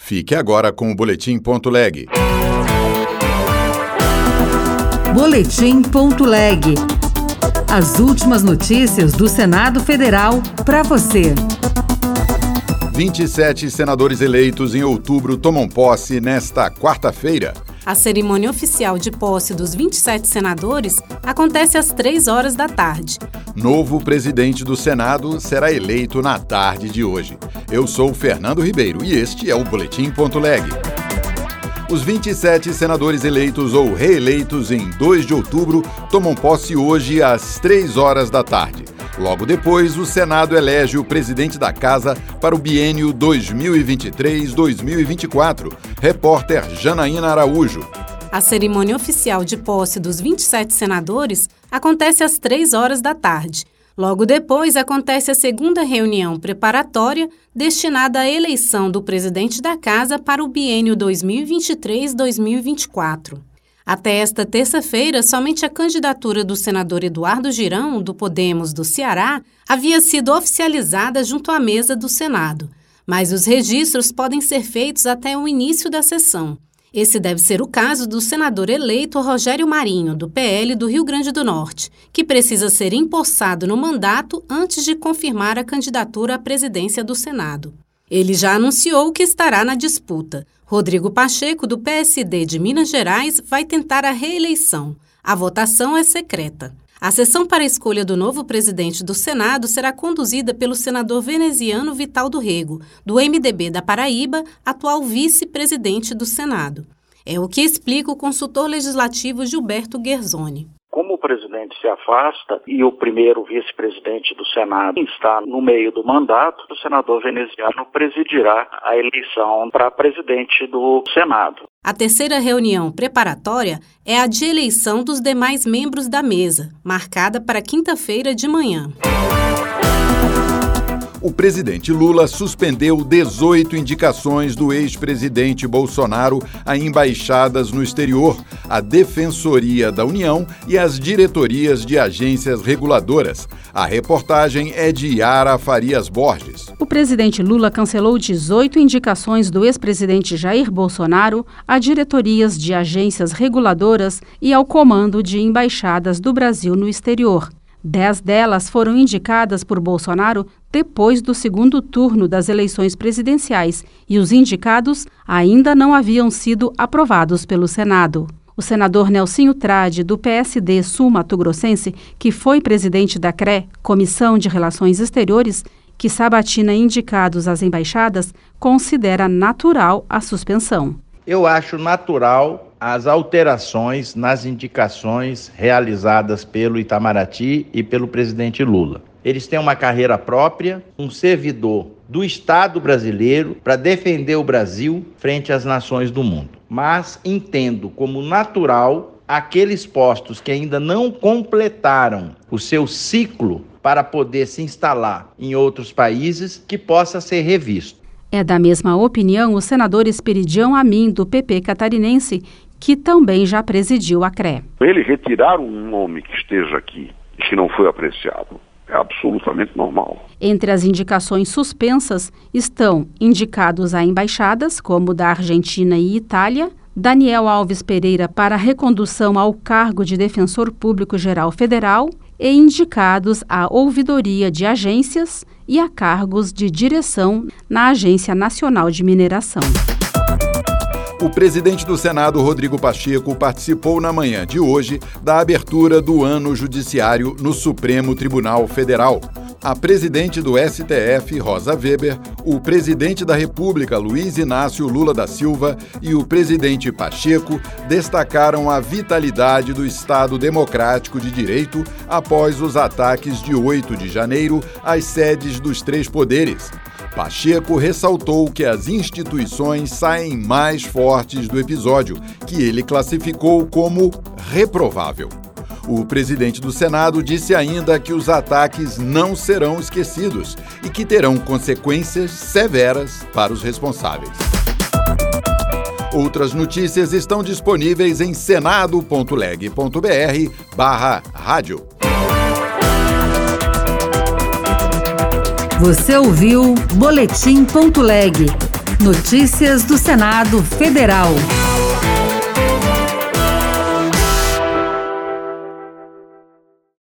Fique agora com o Boletim.leg. Boletim.leg. As últimas notícias do Senado Federal para você. 27 senadores eleitos em outubro tomam posse nesta quarta-feira. A cerimônia oficial de posse dos 27 senadores acontece às 3 horas da tarde. Novo presidente do Senado será eleito na tarde de hoje. Eu sou Fernando Ribeiro e este é o Boletim.leg. Os 27 senadores eleitos ou reeleitos em 2 de outubro tomam posse hoje às 3 horas da tarde. Logo depois, o Senado elege o presidente da Casa para o biênio 2023-2024. Repórter Janaína Araújo. A cerimônia oficial de posse dos 27 senadores acontece às 3 horas da tarde. Logo depois, acontece a segunda reunião preparatória destinada à eleição do presidente da Casa para o biênio 2023-2024. Até esta terça-feira, somente a candidatura do senador Eduardo Girão, do Podemos do Ceará, havia sido oficializada junto à mesa do Senado. Mas os registros podem ser feitos até o início da sessão. Esse deve ser o caso do senador eleito Rogério Marinho, do PL do Rio Grande do Norte, que precisa ser empossado no mandato antes de confirmar a candidatura à presidência do Senado. Ele já anunciou que estará na disputa. Rodrigo Pacheco, do PSD de Minas Gerais, vai tentar a reeleição. A votação é secreta. A sessão para a escolha do novo presidente do Senado será conduzida pelo senador veneziano Vital do Rego, do MDB da Paraíba, atual vice-presidente do Senado. É o que explica o consultor legislativo Gilberto Guerzoni. Como o presidente se afasta e o primeiro vice-presidente do Senado está no meio do mandato, o senador veneziano presidirá a eleição para presidente do Senado. A terceira reunião preparatória é a de eleição dos demais membros da mesa, marcada para quinta-feira de manhã. O presidente Lula suspendeu 18 indicações do ex-presidente Bolsonaro a embaixadas no exterior, a Defensoria da União e as diretorias de agências reguladoras. A reportagem é de Yara Farias Borges. O presidente Lula cancelou 18 indicações do ex-presidente Jair Bolsonaro a diretorias de agências reguladoras e ao comando de embaixadas do Brasil no exterior. 10 delas foram indicadas por Bolsonaro depois do segundo turno das eleições presidenciais e os indicados ainda não haviam sido aprovados pelo Senado. O senador Nelsinho Trade, do PSD sul-mato-grossense, que foi presidente da CRE, Comissão de Relações Exteriores, que sabatina indicados às embaixadas, considera natural a suspensão. Eu acho natural as alterações nas indicações realizadas pelo Itamaraty e pelo presidente Lula. Eles têm uma carreira própria, um servidor do Estado brasileiro para defender o Brasil frente às nações do mundo. Mas entendo como natural aqueles postos que ainda não completaram o seu ciclo para poder se instalar em outros países que possa ser revisto. É da mesma opinião o senador Esperidião Amin, do PP catarinense, que também já presidiu a CRE. Ele retirar um nome que esteja aqui e que não foi apreciado é absolutamente normal. Entre as indicações suspensas estão indicados a embaixadas, como da Argentina e Itália, Daniel Alves Pereira para recondução ao cargo de Defensor Público Geral Federal e indicados à ouvidoria de agências e a cargos de direção na Agência Nacional de Mineração. O presidente do Senado, Rodrigo Pacheco, participou na manhã de hoje da abertura do ano judiciário no Supremo Tribunal Federal. A presidente do STF, Rosa Weber, o presidente da República, Luiz Inácio Lula da Silva, e o presidente Pacheco destacaram a vitalidade do Estado Democrático de Direito após os ataques de 8 de janeiro às sedes dos 3 poderes. Pacheco ressaltou que as instituições saem mais fortes do episódio, que ele classificou como reprovável. O presidente do Senado disse ainda que os ataques não serão esquecidos e que terão consequências severas para os responsáveis. Outras notícias estão disponíveis em senado.leg.br/rádio. Você ouviu Boletim.leg. Notícias do Senado Federal.